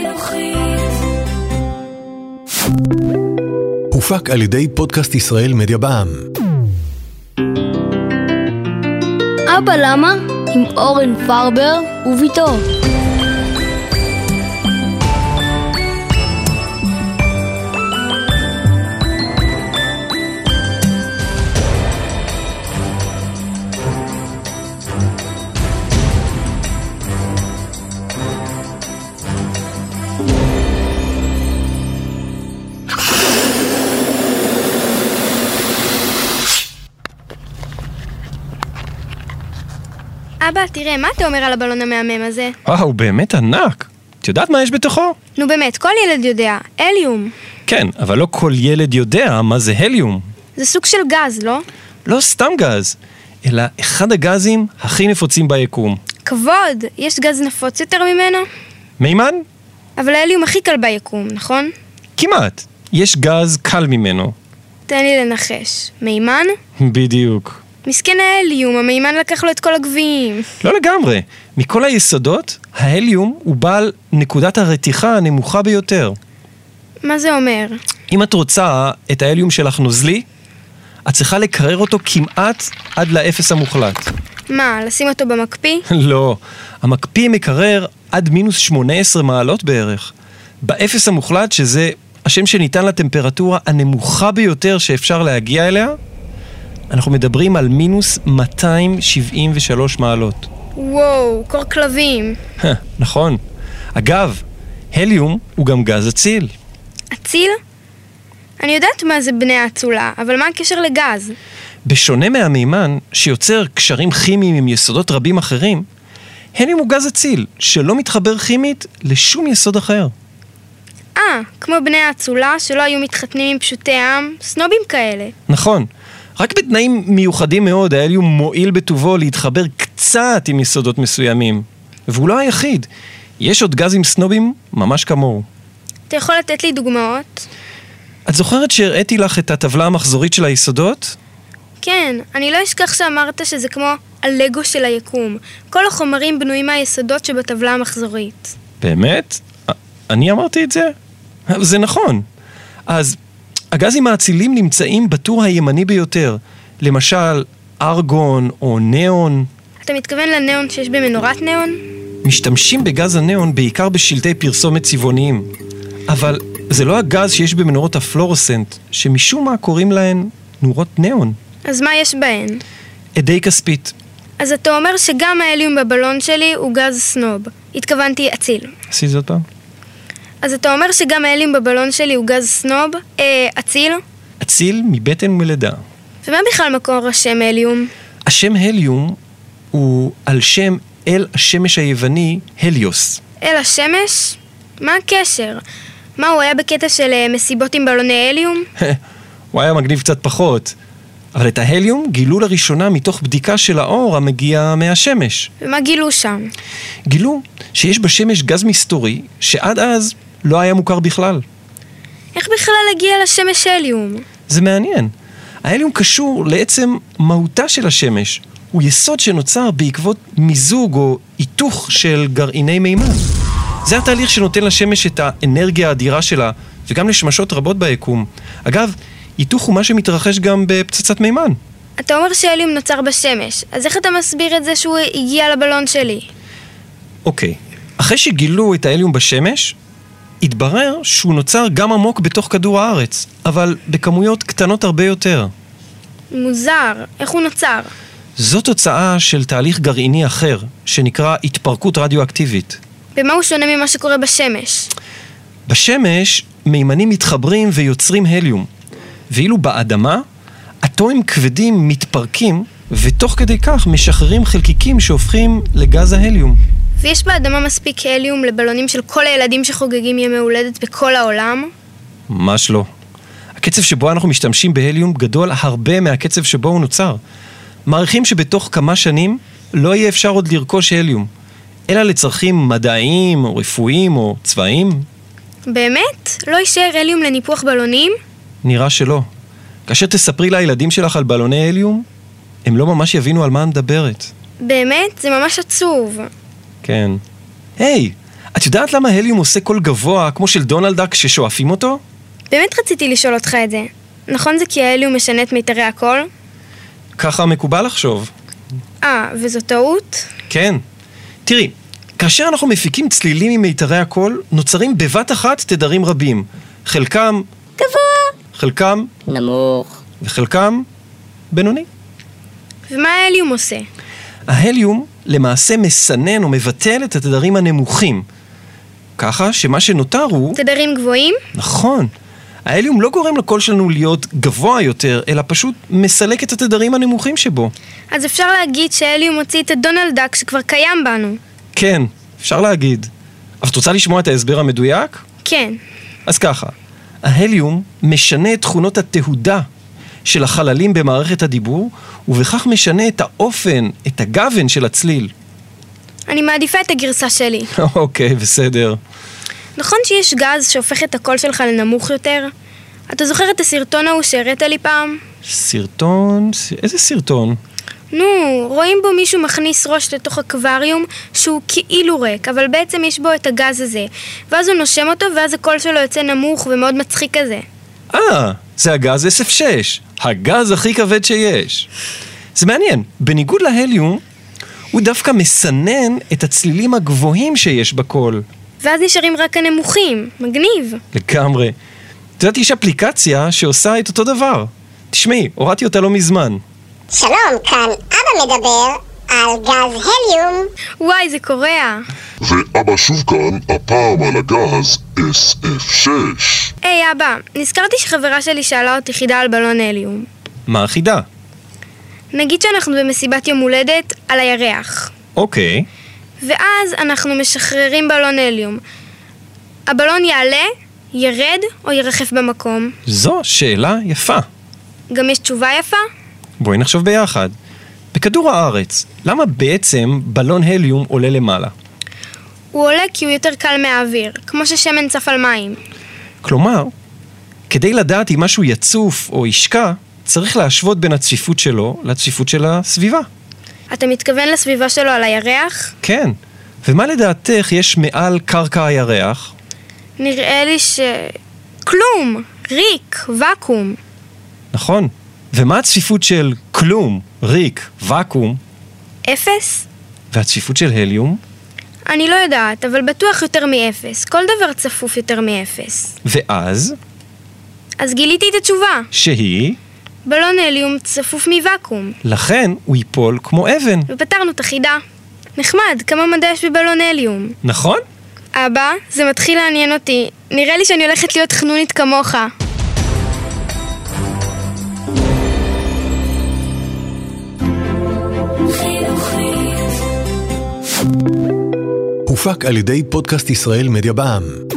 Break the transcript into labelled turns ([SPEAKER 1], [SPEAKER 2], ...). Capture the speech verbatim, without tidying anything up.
[SPEAKER 1] הופק על ידי פודקאסט ישראל מדיה בע"מ.
[SPEAKER 2] אבא למה? עם אורן פרבר וביתו.
[SPEAKER 3] אבא, תראה, מה אתה אומר על הבלון המהמם הזה?
[SPEAKER 4] אה, הוא באמת ענק. את יודעת מה יש בתוכו?
[SPEAKER 3] נו באמת, כל ילד יודע, הליום.
[SPEAKER 4] כן, אבל לא כל ילד יודע מה זה הליום.
[SPEAKER 3] זה סוג של גז, לא?
[SPEAKER 4] לא סתם גז, אלא אחד הגזים הכי נפוצים ביקום.
[SPEAKER 3] כבוד, יש גז נפוץ יותר ממנו?
[SPEAKER 4] מימן?
[SPEAKER 3] אבל ההליום הכי קל ביקום, נכון?
[SPEAKER 4] כמעט. יש גז קל ממנו.
[SPEAKER 3] תן לי לנחש. מימן?
[SPEAKER 4] בדיוק.
[SPEAKER 3] מסכן ההליום, המימן לקח לו את כל הגביעים.
[SPEAKER 4] לא לגמרי. מכל היסודות, ההליום הוא בעל נקודת הרתיחה הנמוכה ביותר.
[SPEAKER 3] מה זה אומר?
[SPEAKER 4] אם את רוצה את ההליום שלך נוזלי, את צריכה לקרר אותו כמעט עד לאפס המוחלט.
[SPEAKER 3] מה, לשים אותו במקפיא?
[SPEAKER 4] לא. המקפיא מקרר עד מינוס שמונה עשרה מעלות בערך. באפס המוחלט, שזה השם שניתן לטמפרטורה הנמוכה ביותר שאפשר להגיע אליה, אנחנו מדברים על מינוס מאתיים שבעים ושלוש מעלות.
[SPEAKER 3] וואו, קור כלבים.
[SPEAKER 4] נכון. אגב, הליום הוא גם גז אציל.
[SPEAKER 3] אציל? אני יודעת מה זה בני האצולה, אבל מה הקשר לגז?
[SPEAKER 4] בשונה מהמימן, שיוצר קשרים כימיים עם יסודות רבים אחרים, הליום הוא גז אציל, שלא מתחבר כימית לשום יסוד אחר.
[SPEAKER 3] אה, כמו בני האצולה שלא היו מתחתנים עם פשוטי עם, סנובים כאלה.
[SPEAKER 4] נכון. רק בתנאים מיוחדים מאוד, ההליום מועיל בטובו להתחבר קצת עם יסודות מסוימים. והוא לא היחיד. יש עוד גזים סנובים ממש כמוהו.
[SPEAKER 3] אתה יכול לתת לי דוגמאות?
[SPEAKER 4] את זוכרת שהראיתי לך את הטבלה המחזורית של היסודות?
[SPEAKER 3] כן, אני לא אשכח שאמרת שזה כמו הלגו של היקום. כל החומרים בנויים מהיסודות שבטבלה המחזורית.
[SPEAKER 4] באמת? אני אמרתי את זה? זה נכון. אז הגזים האצילים נמצאים בטור הימני ביותר. למשל, ארגון או ניאון.
[SPEAKER 3] אתה מתכוון לניאון שיש במנורת ניאון?
[SPEAKER 4] משתמשים בגז הניאון בעיקר בשלטי פרסומת צבעוניים. אבל זה לא הגז שיש במנורות הפלורוסנט, שמשום מה קוראים להן נורות ניאון.
[SPEAKER 3] אז מה יש בהן?
[SPEAKER 4] עדי כספית.
[SPEAKER 3] אז אתה אומר שגם ההליום בבלון שלי הוא גז סנוב. התכוונתי אציל.
[SPEAKER 4] עשי זאת פעם.
[SPEAKER 3] אז אתה אומר שגם ההליום בבלון שלי הוא גז סנוב, אה, אציל?
[SPEAKER 4] אציל מבטן ומלידה.
[SPEAKER 3] ומה בכלל מקור השם הליום?
[SPEAKER 4] השם הליום הוא על שם אל השמש היווני הליוס.
[SPEAKER 3] אל השמש? מה הקשר? מה, הוא היה בקטע של מסיבות עם בלוני הליום?
[SPEAKER 4] הוא היה מגניב קצת פחות. אבל את ההליום גילו לראשונה מתוך בדיקה של האור המגיע מהשמש.
[SPEAKER 3] ומה גילו שם?
[SPEAKER 4] גילו שיש בשמש גז מסתורי שעד אז לא היה מוכר בכלל.
[SPEAKER 3] איך בכלל הגיע לשמש הליום?
[SPEAKER 4] זה מעניין. ההליום קשור לעצם מהותה של השמש. הוא יסוד שנוצר בעקבות מיזוג או היתוך של גרעיני מימן. זה התהליך שנותן לשמש את האנרגיה האדירה שלה, וגם לשמשות רבות ביקום. אגב, היתוך הוא מה שמתרחש גם בפצצת מימן.
[SPEAKER 3] אתה אומר שההליום נוצר בשמש, אז איך אתה מסביר את זה שהוא הגיע לבלון שלי?
[SPEAKER 4] אוקיי, אחרי שגילו את ההליום בשמש, התברר שהוא נוצר גם עמוק בתוך כדור הארץ, אבל בכמויות קטנות הרבה יותר.
[SPEAKER 3] מוזר, איך הוא נוצר?
[SPEAKER 4] זו תוצאה של תהליך גרעיני אחר, שנקרא התפרקות רדיואקטיבית.
[SPEAKER 3] במה הוא שונה ממה שקורה בשמש?
[SPEAKER 4] בשמש מימנים מתחברים ויוצרים הליום, ואילו באדמה אטומים כבדים מתפרקים, ותוך כדי כך משחררים חלקיקים שהופכים לגז ההליום.
[SPEAKER 3] ויש באדמה מספיק הליום לבלונים של כל הילדים שחוגגים ימי הולדת בכל העולם?
[SPEAKER 4] ממש לא. הקצב שבו אנחנו משתמשים בהליום גדול הרבה מהקצב שבו הוא נוצר. מעריכים שבתוך כמה שנים לא יהיה אפשר עוד לרכוש הליום, אלא לצרכים מדעיים או רפואיים או צבאיים.
[SPEAKER 3] באמת? לא יישאר הליום לניפוח בלונים?
[SPEAKER 4] נראה שלא. כאשר תספרי לילדים שלך על בלוני הליום, הם לא ממש יבינו על מה מדברת.
[SPEAKER 3] באמת? זה ממש עצוב.
[SPEAKER 4] כן. היי, את יודעת למה הליום עושה קול גבוה כמו של דונלד דאק כששואפים אותו?
[SPEAKER 3] באמת רציתי לשאול אותך את זה. נכון זה כי ההליום משנה את מיתרי הקול?
[SPEAKER 4] ככה מקובל לחשוב.
[SPEAKER 3] אה, וזו טעות?
[SPEAKER 4] כן. תראי, כאשר אנחנו מפיקים צלילים עם מיתרי הקול, נוצרים בבת אחת תדרים רבים. חלקם
[SPEAKER 2] גבוה,
[SPEAKER 4] חלקם
[SPEAKER 2] נמוך.
[SPEAKER 4] וחלקם בינוני.
[SPEAKER 3] ומה ההליום עושה?
[SPEAKER 4] ההליום למעשה מסנן או מבטל את התדרים הנמוכים. ככה שמה שנותר הוא...
[SPEAKER 3] תדרים גבוהים?
[SPEAKER 4] נכון. ההליום לא גורם לקול שלנו להיות גבוה יותר, אלא פשוט מסלק את התדרים הנמוכים שבו.
[SPEAKER 3] אז אפשר להגיד שההליום מוציא את הדונלד דאק שכבר קיים בנו.
[SPEAKER 4] כן, אפשר להגיד. אבל את רוצה לשמוע את ההסבר המדויק?
[SPEAKER 3] כן.
[SPEAKER 4] אז ככה, ההליום משנה את תכונות התהודה של החללים במערכת הדיבור, ובכך משנה את האופן, את הגוון של הצליל.
[SPEAKER 3] אני מעדיפה את הגרסה שלי.
[SPEAKER 4] אוקיי, בסדר.
[SPEAKER 3] נכון שיש גז שהופך את הקול שלך לנמוך יותר? אתה זוכר את הסרטון ההוא שהראית לי פעם?
[SPEAKER 4] סרטון? איזה סרטון?
[SPEAKER 3] נו, רואים בו מישהו מכניס ראש לתוך אקווריום שהוא כאילו ריק, אבל בעצם יש בו את הגז הזה. ואז הוא נושם אותו, ואז הקול שלו יוצא נמוך ומאוד מצחיק כזה.
[SPEAKER 4] אה, זה הגז אס אף שש, הגז הכי כבד שיש. זה מעניין, בניגוד להליום, הוא דווקא מסנן את הצלילים הגבוהים שיש בקול.
[SPEAKER 3] ואז נשארים רק הנמוכים, מגניב.
[SPEAKER 4] לגמרי. את יודעת, יש אפליקציה שעושה את אותו דבר. תשמעי, הורדתי אותה לא מזמן.
[SPEAKER 5] שלום, כאן אבא מדבר על גז הליום.
[SPEAKER 3] וואי, זה קורע.
[SPEAKER 6] ואבא שוב כאן, הפעם על הגז אס אף שש.
[SPEAKER 3] היי אבא, נזכרתי שחברה שלי שאלה אותי חידה על בלון הליום.
[SPEAKER 4] מה החידה?
[SPEAKER 3] נגיד שאנחנו במסיבת יום הולדת על הירח.
[SPEAKER 4] אוקיי.
[SPEAKER 3] ואז אנחנו משחררים בלון הליום. הבלון יעלה, ירד או ירחף במקום?
[SPEAKER 4] זו שאלה יפה.
[SPEAKER 3] גם יש תשובה יפה?
[SPEAKER 4] בואי נחשוב ביחד. בכדור הארץ, למה בעצם בלון הליום עולה למעלה?
[SPEAKER 3] הוא עולה כי הוא יותר קל מהאוויר, כמו ששמן צף על מים.
[SPEAKER 4] כלומר, כדי לדעת אם משהו יצוף או ישקע, צריך להשוות בין הצפיפות שלו לצפיפות של הסביבה.
[SPEAKER 3] אתה מתכוון לסביבה שלו על הירח?
[SPEAKER 4] כן. ומה לדעתך יש מעל קרקע הירח?
[SPEAKER 3] נראה לי ש... כלום! ריק, וקום.
[SPEAKER 4] נכון. ומה הצפיפות של כלום, ריק, וקום?
[SPEAKER 3] אפס?
[SPEAKER 4] והצפיפות של הליום?
[SPEAKER 3] אני לא יודעת, אבל בטוח יותר מאפס. כל דבר צפוף יותר מאפס.
[SPEAKER 4] ואז?
[SPEAKER 3] אז גיליתי את התשובה.
[SPEAKER 4] שהיא?
[SPEAKER 3] בלון הליום צפוף מוואקום.
[SPEAKER 4] לכן הוא ייפול כמו אבן.
[SPEAKER 3] ופתרנו את החידה. נחמד, כמה מדע יש בבלון הליום.
[SPEAKER 4] נכון?
[SPEAKER 3] אבא, זה מתחיל לעניין אותי. נראה לי שאני הולכת להיות חנונית כמוך.
[SPEAKER 1] הופק על ידי פודקאסט ישראל מדיה בע"מ.